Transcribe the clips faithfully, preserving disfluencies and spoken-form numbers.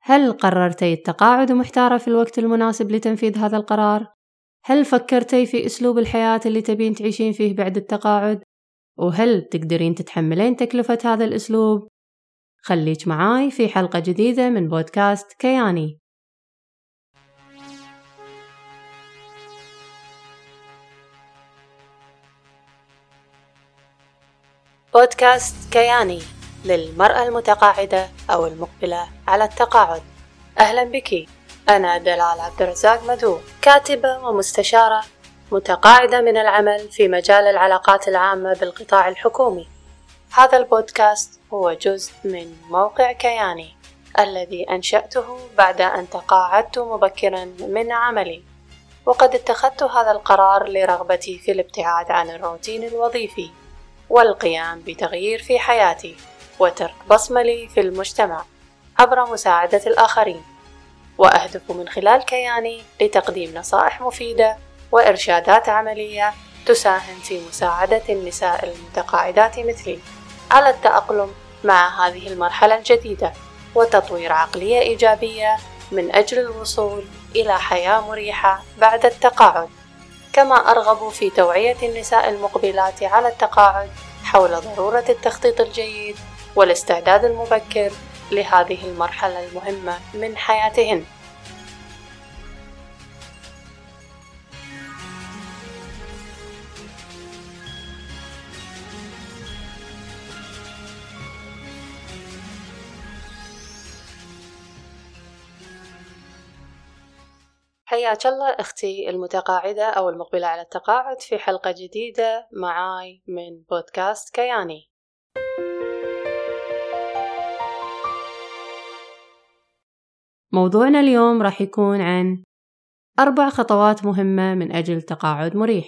هل قررتي التقاعد ومحتارة في الوقت المناسب لتنفيذ هذا القرار؟ هل فكرتي في أسلوب الحياة اللي تبين تعيشين فيه بعد التقاعد؟ وهل تقدرين تتحملين تكلفة هذا الأسلوب؟ خليك معاي في حلقة جديدة من بودكاست كياني. بودكاست كياني للمرأة المتقاعدة أو المقبلة على التقاعد. أهلا بك، أنا دلال عبد الرزاق مدو، كاتبة ومستشارة متقاعدة من العمل في مجال العلاقات العامة بالقطاع الحكومي. هذا البودكاست هو جزء من موقع كياني الذي أنشأته بعد أن تقاعدت مبكرا من عملي، وقد اتخذت هذا القرار لرغبتي في الابتعاد عن الروتين الوظيفي والقيام بتغيير في حياتي وترك بصمة لي في المجتمع عبر مساعدة الآخرين. وأهدف من خلال كياني لتقديم نصائح مفيدة وإرشادات عملية تساهم في مساعدة النساء المتقاعدات مثلي على التأقلم مع هذه المرحلة الجديدة وتطوير عقلية إيجابية من أجل الوصول إلى حياة مريحة بعد التقاعد. كما أرغب في توعية النساء المقبلات على التقاعد حول ضرورة التخطيط الجيد والاستعداد المبكر لهذه المرحلة المهمة من حياتهن. حياك الله أختي المتقاعدة أو المقبلة على التقاعد في حلقة جديدة معاي من بودكاست كياني. موضوعنا اليوم راح يكون عن أربع خطوات مهمة من أجل تقاعد مريح.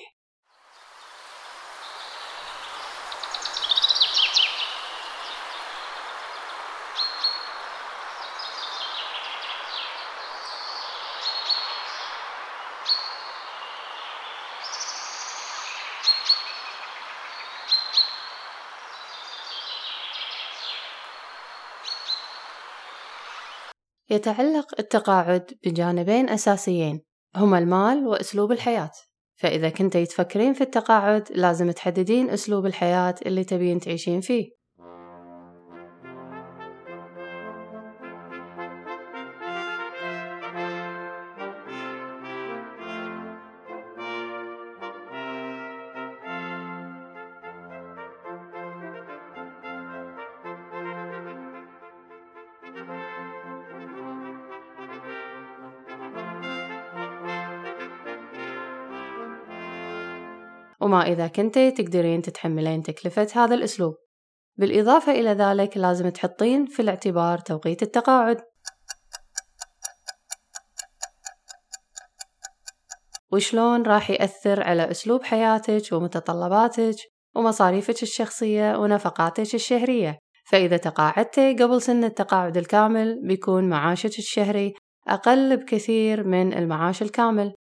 يتعلق التقاعد بجانبين أساسيين هما المال وأسلوب الحياة. فإذا كنتي تفكرين في التقاعد لازم تحددين أسلوب الحياة اللي تبين تعيشين فيه. وما إذا كنتي تقدرين تتحملين تكلفة هذا الأسلوب. بالإضافة إلى ذلك لازم تحطين في الاعتبار توقيت التقاعد، وشلون راح يأثر على أسلوب حياتك ومتطلباتك ومصاريفك الشخصية ونفقاتك الشهرية. فإذا تقاعدتي قبل سن التقاعد الكامل بيكون معاشك الشهري أقل بكثير من المعاش الكامل.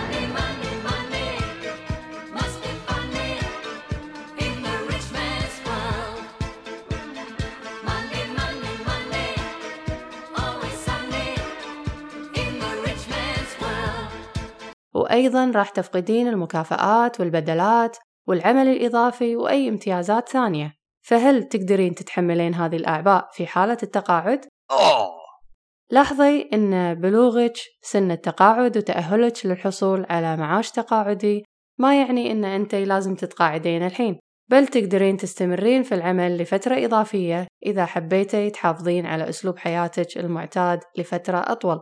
وأيضاً راح تفقدين المكافآت والبدلات والعمل الإضافي وأي امتيازات ثانية. فهل تقدرين تتحملين هذه الأعباء في حالة التقاعد؟ أوه. لاحظي أن بلوغك سن التقاعد وتأهلك للحصول على معاش تقاعدي ما يعني أن أنتي لازم تتقاعدين الحين، بل تقدرين تستمرين في العمل لفترة إضافية إذا حبيتي تحافظين على أسلوب حياتك المعتاد لفترة أطول.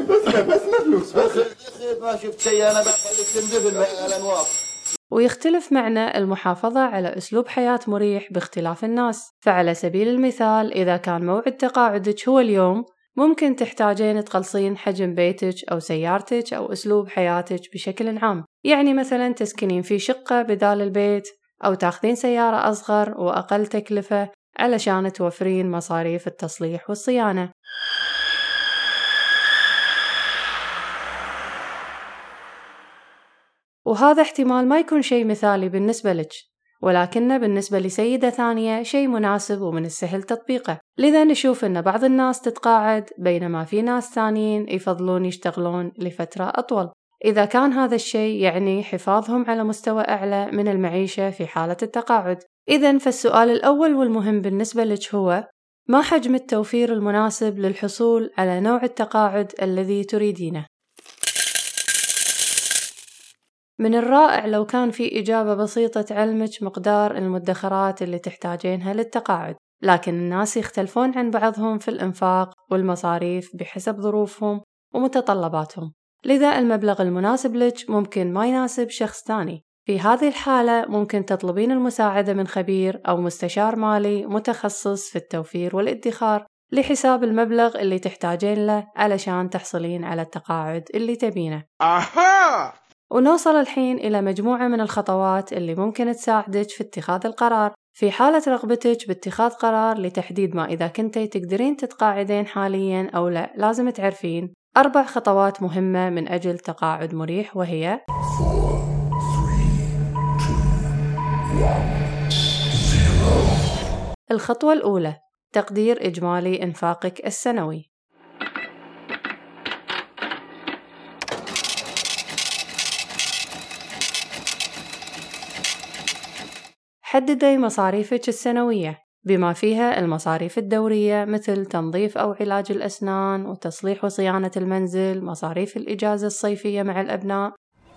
ما شفت شيء أنا بخليك تندفن على الأنواط. ويختلف معنى المحافظة على أسلوب حياة مريح باختلاف الناس. فعلى سبيل المثال إذا كان موعد تقاعدك هو اليوم، ممكن تحتاجين تقلصين حجم بيتك أو سيارتك أو أسلوب حياتك بشكل عام. يعني مثلا تسكنين في شقة بدال البيت، أو تاخذين سيارة أصغر وأقل تكلفة علشان توفرين مصاريف التصليح والصيانة. وهذا احتمال ما يكون شيء مثالي بالنسبة لك، ولكن بالنسبة لسيدة ثانية شيء مناسب ومن السهل تطبيقه. لذا نشوف أن بعض الناس تتقاعد بينما في ناس ثانيين يفضلون يشتغلون لفترة أطول. إذا كان هذا الشيء يعني حفاظهم على مستوى أعلى من المعيشة في حالة التقاعد. إذن فالسؤال الأول والمهم بالنسبة لك هو: ما حجم التوفير المناسب للحصول على نوع التقاعد الذي تريدينه؟ من الرائع لو كان في إجابة بسيطة تعلمك مقدار المدخرات اللي تحتاجينها للتقاعد، لكن الناس يختلفون عن بعضهم في الإنفاق والمصاريف بحسب ظروفهم ومتطلباتهم، لذا المبلغ المناسب لك ممكن ما يناسب شخص ثاني. في هذه الحالة ممكن تطلبين المساعدة من خبير أو مستشار مالي متخصص في التوفير والادخار لحساب المبلغ اللي تحتاجين له علشان تحصلين على التقاعد اللي تبينه. أها! ونوصل الحين إلى مجموعة من الخطوات اللي ممكن تساعدك في اتخاذ القرار. في حالة رغبتك باتخاذ قرار لتحديد ما إذا كنتي تقدرين تتقاعدين حالياً أو لا، لازم تعرفين أربع خطوات مهمة من أجل تقاعد مريح، وهي الخطوة الأولى: تقدير إجمالي إنفاقك السنوي. حددي مصاريفك السنوية بما فيها المصاريف الدورية مثل تنظيف أو علاج الأسنان وتصليح وصيانة المنزل، مصاريف الإجازة الصيفية مع الأبناء،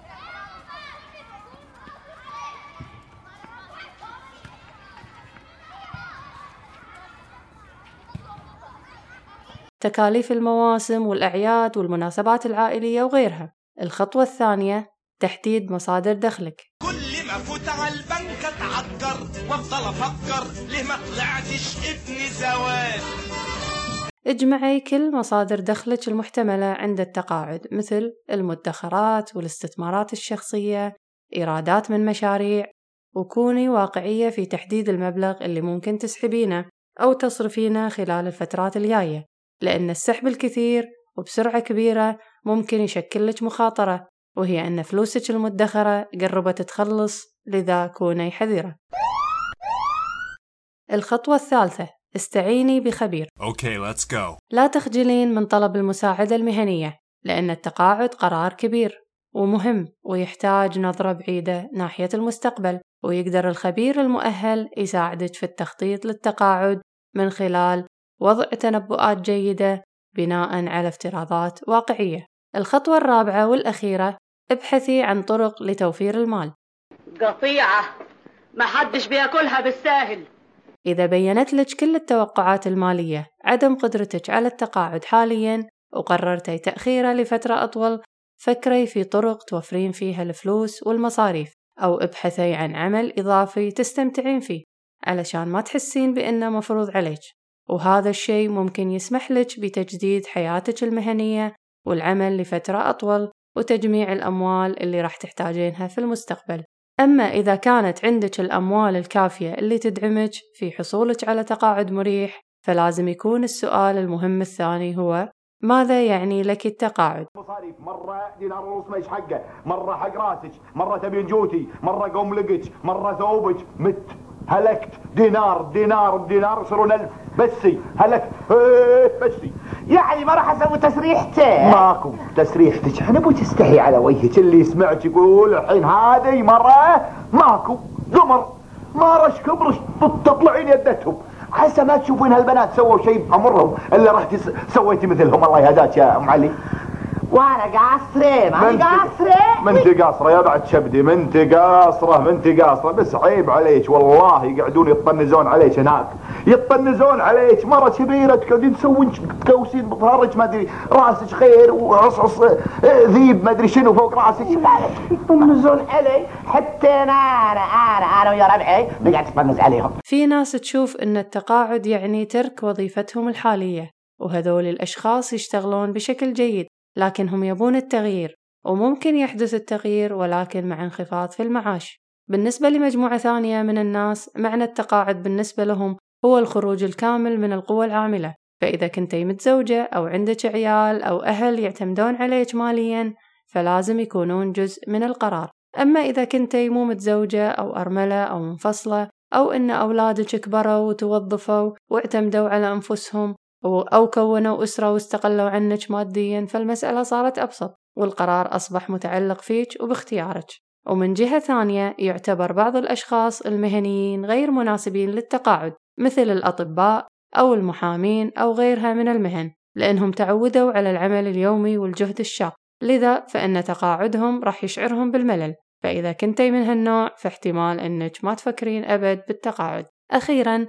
تكاليف المواسم والأعياد والمناسبات العائلية وغيرها. الخطوة الثانية: تحديد مصادر دخلك. كل ما فوت على البنك اتعكر وافضل افكر ليه ما طلعتش ابن زوال. اجمعي كل مصادر دخلك المحتملة عند التقاعد مثل المدخرات والاستثمارات الشخصية، إيرادات من مشاريع، وكوني واقعية في تحديد المبلغ اللي ممكن تسحبينه أو تصرفينه خلال الفترات الجاية، لأن السحب الكثير وبسرعة كبيرة ممكن يشكل لك مخاطرة، وهي أن فلوسك المدخرة قربت تخلص، لذا كوني حذرة. الخطوة الثالثة: استعيني بخبير. Okay, let's go. لا تخجلين من طلب المساعدة المهنية، لأن التقاعد قرار كبير ومهم ويحتاج نظرة بعيدة ناحية المستقبل، ويقدر الخبير المؤهل يساعدك في التخطيط للتقاعد من خلال وضع تنبؤات جيدة بناء على افتراضات واقعية. الخطوة الرابعة والأخيرة: ابحثي عن طرق لتوفير المال. قطيعة ما حدش بياكلها بالساهل. إذا بيّنت لك كل التوقعات المالية عدم قدرتك على التقاعد حالياً وقررتي تأخيره لفترة أطول، فكري في طرق توفرين فيها الفلوس والمصاريف، أو ابحثي عن عمل إضافي تستمتعين فيه علشان ما تحسين بأنه مفروض عليك، وهذا الشيء ممكن يسمح لك بتجديد حياتك المهنية والعمل لفترة أطول وتجميع الأموال اللي راح تحتاجينها في المستقبل. أما إذا كانت عندك الأموال الكافية اللي تدعمك في حصولك على تقاعد مريح، فلازم يكون السؤال المهم الثاني هو: ماذا يعني لك التقاعد؟ مصاريف مرة دينار ونص ما حقه، مرة حق راسك، مرة تبين جوتي، مرة قوم لقج، مرة ثوبك، مت هلكت دينار دينار بدينار يصيرون ألف بسي هلكت بسي. يعني ما راح اسوي تسريحته؟ ماكو تسريحتك، احنا بو تستحي على وجهك. اللي سمعت يقول الحين هذه مرة ماكو قمر ما رش كبرش تطلعين يدتهم، عسى ما تشوفين هالبنات سووا شيء بأمرهم الا رحتي سويتي مثلهم. الله يهداك يا ام علي. وانا قاصره ماني قاصره. ما انت قاصره يا بعد شبدي، ما انت قاصره ما انت قاصره، بس عيب عليك والله يقعدون يطنزون عليك هناك، يطنزون عليك مرة كبيرة تقعدين تسوين تكوسين بظهرك ما ادري راسك خير وعصعص ذيب ما ادري شنو فوق راسك يطنزون علي. حتى انا انا انا انا ويا ربعي نقعد نطنز عليهم. في ناس تشوف ان التقاعد يعني ترك وظيفتهم الحالية، وهذول الأشخاص يشتغلون بشكل جيد لكنهم يبون التغيير، وممكن يحدث التغيير ولكن مع انخفاض في المعاش. بالنسبة لمجموعة ثانية من الناس معنى التقاعد بالنسبة لهم هو الخروج الكامل من القوى العاملة، فإذا كنتي متزوجة أو عندك عيال أو أهل يعتمدون عليك ماليا فلازم يكونون جزء من القرار. أما إذا كنتي مو متزوجة أو أرملة أو منفصلة، أو إن أولادك كبروا وتوظفوا واعتمدوا على أنفسهم أو كونوا أسرة واستقلوا عنك مادياً، فالمسألة صارت أبسط والقرار أصبح متعلق فيك وباختيارك. ومن جهة ثانية يعتبر بعض الأشخاص المهنيين غير مناسبين للتقاعد، مثل الأطباء أو المحامين أو غيرها من المهن، لأنهم تعودوا على العمل اليومي والجهد الشاق، لذا فإن تقاعدهم راح يشعرهم بالملل. فإذا كنتي من هالنوع فاحتمال أنك ما تفكرين أبد بالتقاعد. أخيراً،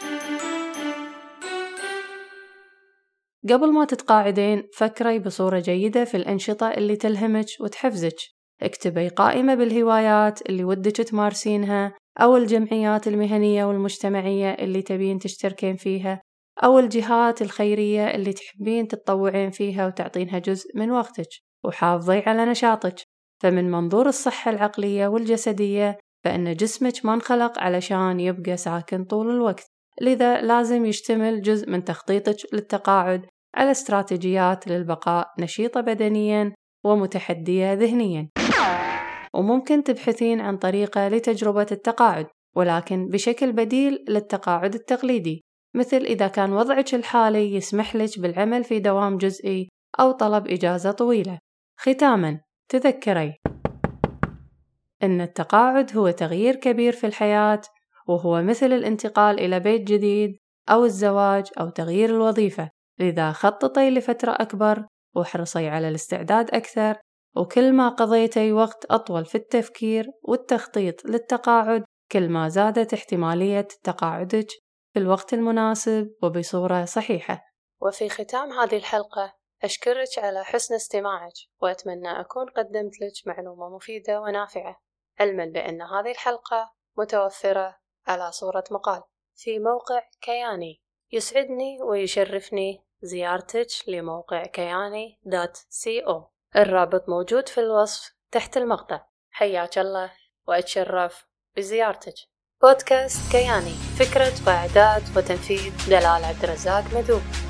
قبل ما تتقاعدين فكري بصورة جيدة في الأنشطة اللي تلهمك وتحفزك. اكتبي قائمة بالهوايات اللي ودك تمارسينها، أو الجمعيات المهنية والمجتمعية اللي تبين تشتركين فيها، أو الجهات الخيرية اللي تحبين تتطوعين فيها وتعطينها جزء من وقتك. وحافظي على نشاطك، فمن منظور الصحة العقلية والجسدية فإن جسمك ما انخلق علشان يبقى ساكن طول الوقت، لذا لازم يشتمل جزء من تخطيطك للتقاعد على استراتيجيات للبقاء نشيطة بدنياً ومتحدية ذهنياً. وممكن تبحثين عن طريقة لتجربة التقاعد، ولكن بشكل بديل للتقاعد التقليدي، مثل إذا كان وضعك الحالي يسمح لك بالعمل في دوام جزئي أو طلب إجازة طويلة. ختاماً، تذكري إن التقاعد هو تغيير كبير في الحياة، وهو مثل الانتقال إلى بيت جديد أو الزواج أو تغيير الوظيفة، لذا خططي لفترة أكبر واحرصي على الاستعداد أكثر. وكل ما قضيتي وقت أطول في التفكير والتخطيط للتقاعد، كل ما زادت احتمالية تقاعدك في الوقت المناسب وبصورة صحيحة. وفي ختام هذه الحلقة أشكرك على حسن استماعك، وأتمنى أكون قدمت لك معلومة مفيدة ونافعة، علما بأن هذه الحلقة متوفرة على صورة مقال في موقع كياني. يسعدني ويشرفني زيارتك لموقع كياني دوت سي أو، الرابط موجود في الوصف تحت المقطع. حياك الله وأتشرف بزيارتك. بودكاست كياني، فكرة وإعداد وتنفيذ دلال عبد الرزاق مدوب.